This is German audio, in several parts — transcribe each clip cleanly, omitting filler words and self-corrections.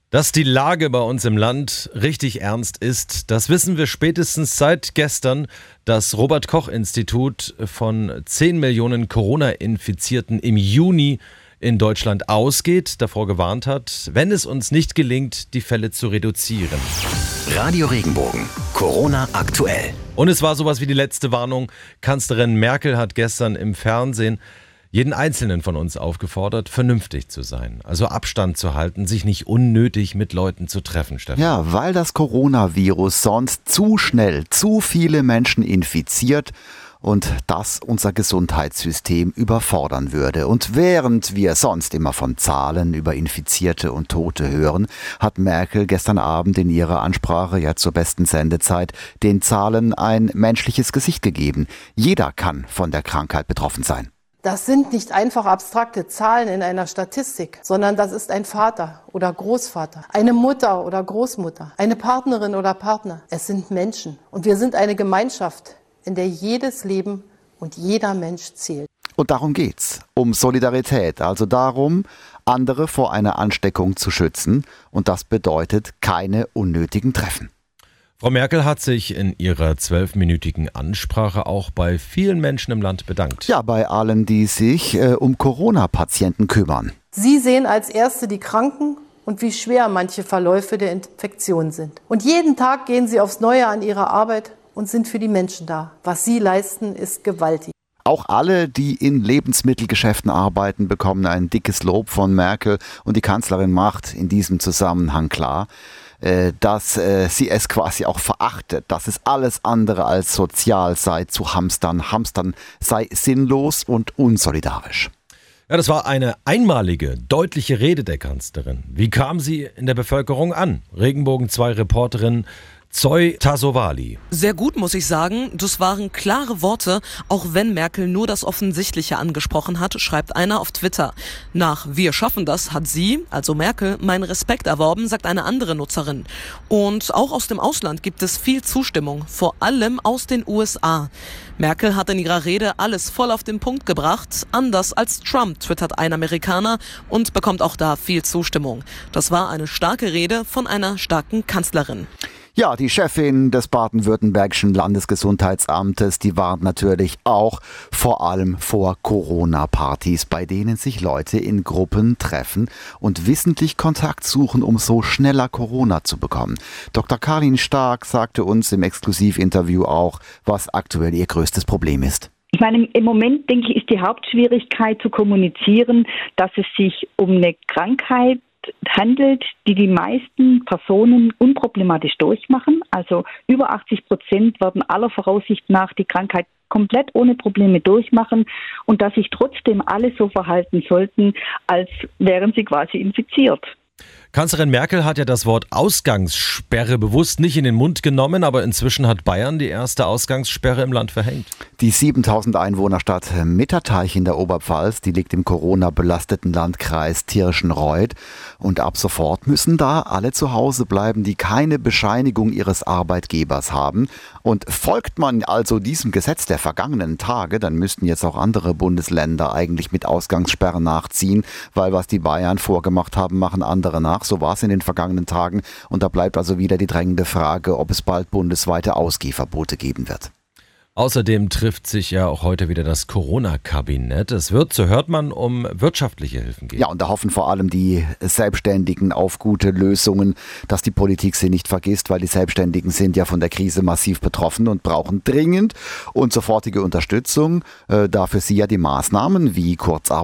Dass die Lage bei uns im Land richtig ernst ist, das wissen wir spätestens seit gestern. Das Robert-Koch-Institut von 10 Millionen Corona-Infizierten im Juni in Deutschland ausgeht, davor gewarnt hat, wenn es uns nicht gelingt, die Fälle zu reduzieren. Radio Regenbogen, Corona aktuell. Und es war sowas wie die letzte Warnung. Kanzlerin Merkel hat gestern im Fernsehen jeden Einzelnen von uns aufgefordert, vernünftig zu sein. Also Abstand zu halten, sich nicht unnötig mit Leuten zu treffen, Stefan. Ja, weil das Coronavirus sonst zu schnell zu viele Menschen infiziert und das unser Gesundheitssystem überfordern würde. Und während wir sonst immer von Zahlen über Infizierte und Tote hören, hat Merkel gestern Abend in ihrer Ansprache, ja zur besten Sendezeit, den Zahlen ein menschliches Gesicht gegeben. Jeder kann von der Krankheit betroffen sein. Das sind nicht einfach abstrakte Zahlen in einer Statistik, sondern das ist ein Vater oder Großvater, eine Mutter oder Großmutter, eine Partnerin oder Partner. Es sind Menschen und wir sind eine Gemeinschaft, in der jedes Leben und jeder Mensch zählt. Und darum geht's, um Solidarität, also darum, andere vor einer Ansteckung zu schützen. Und das bedeutet keine unnötigen Treffen. Frau Merkel hat sich in ihrer 12-minütigen Ansprache auch bei vielen Menschen im Land bedankt. Ja, bei allen, die sich um Corona-Patienten kümmern. Sie sehen als Erste die Kranken und wie schwer manche Verläufe der Infektion sind. Und jeden Tag gehen sie aufs Neue an ihre Arbeit und sind für die Menschen da. Was sie leisten, ist gewaltig. Auch alle, die in Lebensmittelgeschäften arbeiten, bekommen ein dickes Lob von Merkel. Und die Kanzlerin macht in diesem Zusammenhang klar, dass sie es quasi auch verachtet, dass es alles andere als sozial sei zu hamstern. Hamstern sei sinnlos und unsolidarisch. Ja, das war eine einmalige, deutliche Rede der Kanzlerin. Wie kam sie in der Bevölkerung an? Regenbogen 2 Reporterin Zoe Tasovali. Sehr gut, muss ich sagen. Das waren klare Worte, auch wenn Merkel nur das Offensichtliche angesprochen hat, schreibt einer auf Twitter. Nach Wir schaffen das hat sie, also Merkel, meinen Respekt erworben, sagt eine andere Nutzerin. Und auch aus dem Ausland gibt es viel Zustimmung, vor allem aus den USA. Merkel hat in ihrer Rede alles voll auf den Punkt gebracht, anders als Trump, twittert ein Amerikaner und bekommt auch da viel Zustimmung. Das war eine starke Rede von einer starken Kanzlerin. Ja, die Chefin des baden-württembergischen Landesgesundheitsamtes, die warnt natürlich auch vor allem vor Corona-Partys, bei denen sich Leute in Gruppen treffen und wissentlich Kontakt suchen, um so schneller Corona zu bekommen. Dr. Karin Stark sagte uns im Exklusivinterview auch, was aktuell ihr größtes Problem ist. Ich meine, im Moment, denke ich, ist die Hauptschwierigkeit zu kommunizieren, dass es sich um eine Krankheit handelt, die die meisten Personen unproblematisch durchmachen. Also über 80% werden aller Voraussicht nach die Krankheit komplett ohne Probleme durchmachen und dass sich trotzdem alle so verhalten sollten, als wären sie quasi infiziert. Kanzlerin Merkel hat ja das Wort Ausgangssperre bewusst nicht in den Mund genommen, aber inzwischen hat Bayern die erste Ausgangssperre im Land verhängt. Die 7000 Einwohnerstadt Mitterteich in der Oberpfalz, die liegt im Corona-belasteten Landkreis Tirschenreuth. Und ab sofort müssen da alle zu Hause bleiben, die keine Bescheinigung ihres Arbeitgebers haben. Und folgt man also diesem Gesetz der vergangenen Tage, dann müssten jetzt auch andere Bundesländer eigentlich mit Ausgangssperren nachziehen, weil was die Bayern vorgemacht haben, machen andere nach. So war es in den vergangenen Tagen und da bleibt also wieder die drängende Frage, ob es bald bundesweite Ausgehverbote geben wird. Außerdem trifft sich ja auch heute wieder das Corona-Kabinett. Es wird, so hört man, um wirtschaftliche Hilfen gehen. Ja, und da hoffen vor allem die Selbstständigen auf gute Lösungen, dass die Politik sie nicht vergisst, weil die Selbstständigen sind ja von der Krise massiv betroffen und brauchen dringend und sofortige Unterstützung. Dafür sie ja die Maßnahmen wie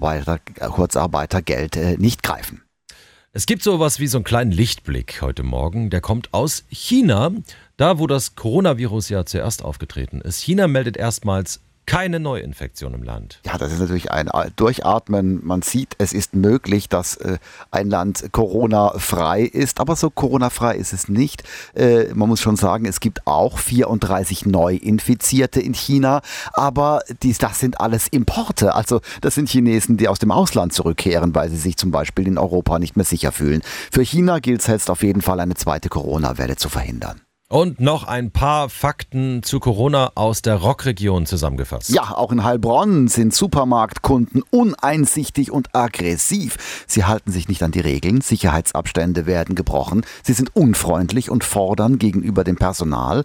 Kurzarbeitergeld nicht greifen. Es gibt sowas wie so einen kleinen Lichtblick heute Morgen, der kommt aus China, da wo das Coronavirus ja zuerst aufgetreten ist. China meldet erstmals keine Neuinfektion im Land. Ja, das ist natürlich ein Durchatmen. Man sieht, es ist möglich, dass ein Land Corona-frei ist, aber so Corona-frei ist es nicht. Man muss schon sagen, es gibt auch 34 Neuinfizierte in China, aber das sind alles Importe. Also das sind Chinesen, die aus dem Ausland zurückkehren, weil sie sich zum Beispiel in Europa nicht mehr sicher fühlen. Für China gilt es jetzt auf jeden Fall, eine zweite Corona-Welle zu verhindern. Und noch ein paar Fakten zu Corona aus der Rockregion zusammengefasst. Ja, auch in Heilbronn sind Supermarktkunden uneinsichtig und aggressiv. Sie halten sich nicht an die Regeln, Sicherheitsabstände werden gebrochen. Sie sind unfreundlich und fordernd gegenüber dem Personal,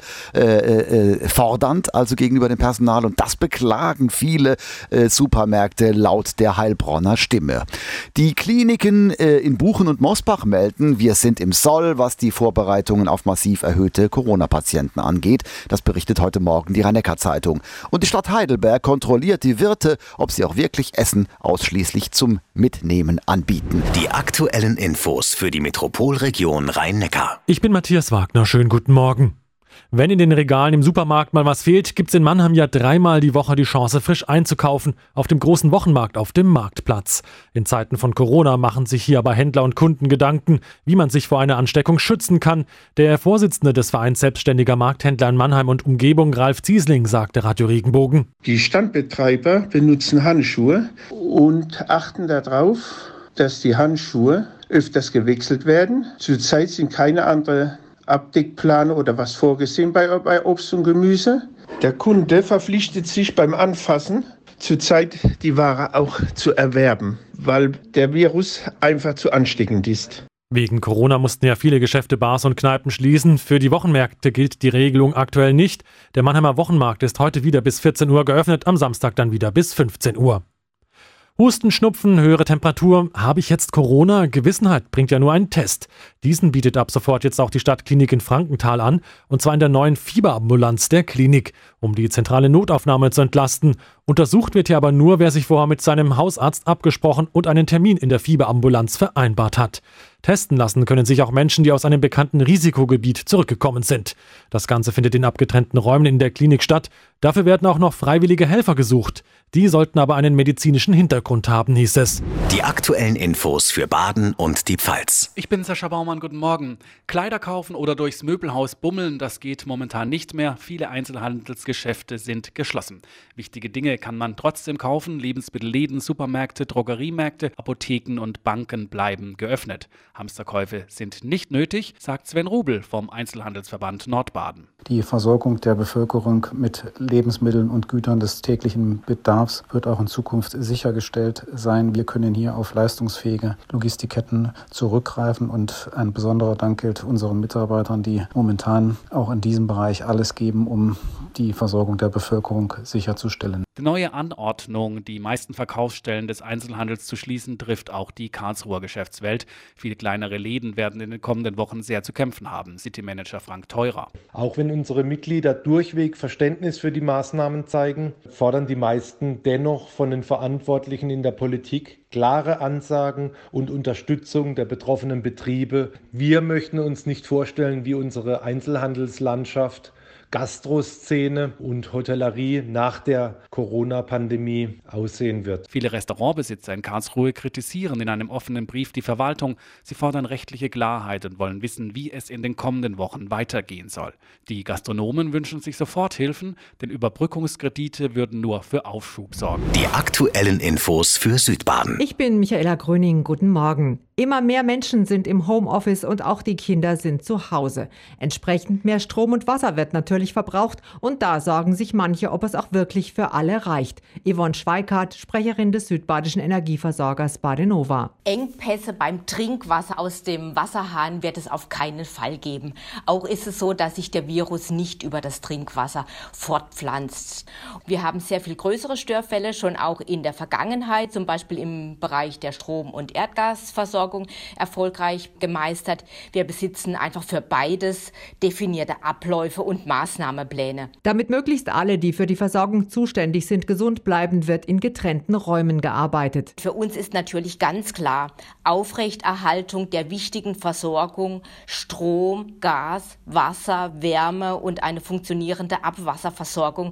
und das beklagen viele Supermärkte laut der Heilbronner Stimme. Die Kliniken in Buchen und Mosbach melden, wir sind im Soll, was die Vorbereitungen auf massiv erhöhte Corona-Patienten angeht. Das berichtet heute Morgen die Rhein-Neckar-Zeitung. Und die Stadt Heidelberg kontrolliert die Wirte, ob sie auch wirklich Essen ausschließlich zum Mitnehmen anbieten. Die aktuellen Infos für die Metropolregion Rhein-Neckar. Ich bin Matthias Wagner. Schönen guten Morgen. Wenn in den Regalen im Supermarkt mal was fehlt, gibt's in Mannheim ja 3-mal die Woche die Chance, frisch einzukaufen, auf dem großen Wochenmarkt auf dem Marktplatz. In Zeiten von Corona machen sich hier aber Händler und Kunden Gedanken, wie man sich vor einer Ansteckung schützen kann. Der Vorsitzende des Vereins Selbstständiger Markthändler in Mannheim und Umgebung, Ralf Ziesling, sagte Radio Regenbogen. Die Standbetreiber benutzen Handschuhe und achten darauf, dass die Handschuhe öfters gewechselt werden. Zurzeit sind keine anderen Abdeckplane oder was vorgesehen bei Obst und Gemüse. Der Kunde verpflichtet sich beim Anfassen, zurzeit die Ware auch zu erwerben, weil der Virus einfach zu ansteckend ist. Wegen Corona mussten ja viele Geschäfte, Bars und Kneipen schließen. Für die Wochenmärkte gilt die Regelung aktuell nicht. Der Mannheimer Wochenmarkt ist heute wieder bis 14 Uhr geöffnet, am Samstag dann wieder bis 15 Uhr. Husten, Schnupfen, höhere Temperatur. Habe ich jetzt Corona? Gewissenheit bringt ja nur einen Test. Diesen bietet ab sofort jetzt auch die Stadtklinik in Frankenthal an. Und zwar in der neuen Fieberambulanz der Klinik, um die zentrale Notaufnahme zu entlasten. Untersucht wird hier aber nur, wer sich vorher mit seinem Hausarzt abgesprochen und einen Termin in der Fieberambulanz vereinbart hat. Testen lassen können sich auch Menschen, die aus einem bekannten Risikogebiet zurückgekommen sind. Das Ganze findet in abgetrennten Räumen in der Klinik statt. Dafür werden auch noch freiwillige Helfer gesucht. Die sollten aber einen medizinischen Hintergrund haben, hieß es. Die aktuellen Infos für Baden und die Pfalz. Ich bin Sascha Baumann, guten Morgen. Kleider kaufen oder durchs Möbelhaus bummeln, das geht momentan nicht mehr. Viele Einzelhandelsgeschäfte sind geschlossen. Wichtige Dinge kann man trotzdem kaufen. Lebensmittelläden, Supermärkte, Drogeriemärkte, Apotheken und Banken bleiben geöffnet. Hamsterkäufe sind nicht nötig, sagt Sven Rubel vom Einzelhandelsverband Nordbaden. Die Versorgung der Bevölkerung mit Lebensmitteln und Gütern des täglichen Bedarfs wird auch in Zukunft sichergestellt sein. Wir können hier auf leistungsfähige Logistikketten zurückgreifen und ein besonderer Dank gilt unseren Mitarbeitern, die momentan auch in diesem Bereich alles geben, um die Versorgung der Bevölkerung sicherzustellen. Die neue Anordnung, die meisten Verkaufsstellen des Einzelhandels zu schließen, trifft auch die Karlsruher Geschäftswelt. Viele kleinere Läden werden in den kommenden Wochen sehr zu kämpfen haben, Citymanager Frank Theurer. Auch wenn unsere Mitglieder durchweg Verständnis für die Maßnahmen zeigen, fordern die meisten dennoch von den Verantwortlichen in der Politik klare Ansagen und Unterstützung der betroffenen Betriebe. Wir möchten uns nicht vorstellen, wie unsere Einzelhandelslandschaft, Gastroszene und Hotellerie nach der Corona-Pandemie aussehen wird. Viele Restaurantbesitzer in Karlsruhe kritisieren in einem offenen Brief die Verwaltung. Sie fordern rechtliche Klarheit und wollen wissen, wie es in den kommenden Wochen weitergehen soll. Die Gastronomen wünschen sich Soforthilfen, denn Überbrückungskredite würden nur für Aufschub sorgen. Die aktuellen Infos für Südbaden. Ich bin Michaela Gröning, guten Morgen. Immer mehr Menschen sind im Homeoffice und auch die Kinder sind zu Hause. Entsprechend mehr Strom und Wasser wird natürlich verbraucht und da sorgen sich manche, ob es auch wirklich für alle reicht. Yvonne Schweikart, Sprecherin des südbadischen Energieversorgers Badenova. Engpässe beim Trinkwasser aus dem Wasserhahn wird es auf keinen Fall geben. Auch ist es so, dass sich der Virus nicht über das Trinkwasser fortpflanzt. Wir haben sehr viel größere Störfälle schon auch in der Vergangenheit, zum Beispiel im Bereich der Strom- und Erdgasversorgung erfolgreich gemeistert. Wir besitzen einfach für beides definierte Abläufe und Maßnahmepläne. Damit möglichst alle, die für die Versorgung zuständig sind, gesund bleiben, wird in getrennten Räumen gearbeitet. Für uns ist natürlich ganz klar, Aufrechterhaltung der wichtigen Versorgung, Strom, Gas, Wasser, Wärme und eine funktionierende Abwasserversorgung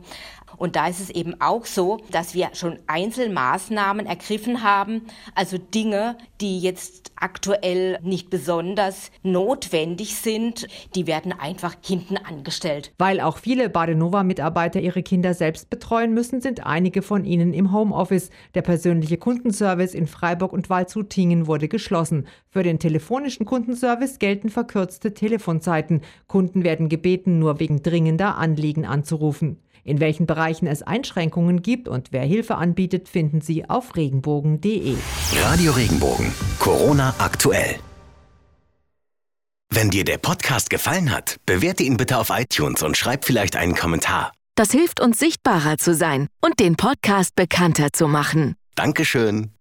Und da ist es eben auch so, dass wir schon Einzelmaßnahmen ergriffen haben, also Dinge, die jetzt aktuell nicht besonders notwendig sind, die werden einfach hinten angestellt. Weil auch viele Badenova-Mitarbeiter ihre Kinder selbst betreuen müssen, sind einige von ihnen im Homeoffice. Der persönliche Kundenservice in Freiburg und Waldshutingen wurde geschlossen. Für den telefonischen Kundenservice gelten verkürzte Telefonzeiten. Kunden werden gebeten, nur wegen dringender Anliegen anzurufen. In welchen Bereichen es Einschränkungen gibt und wer Hilfe anbietet, finden Sie auf regenbogen.de. Radio Regenbogen. Corona aktuell. Wenn dir der Podcast gefallen hat, bewerte ihn bitte auf iTunes und schreib vielleicht einen Kommentar. Das hilft uns, sichtbarer zu sein und den Podcast bekannter zu machen. Dankeschön.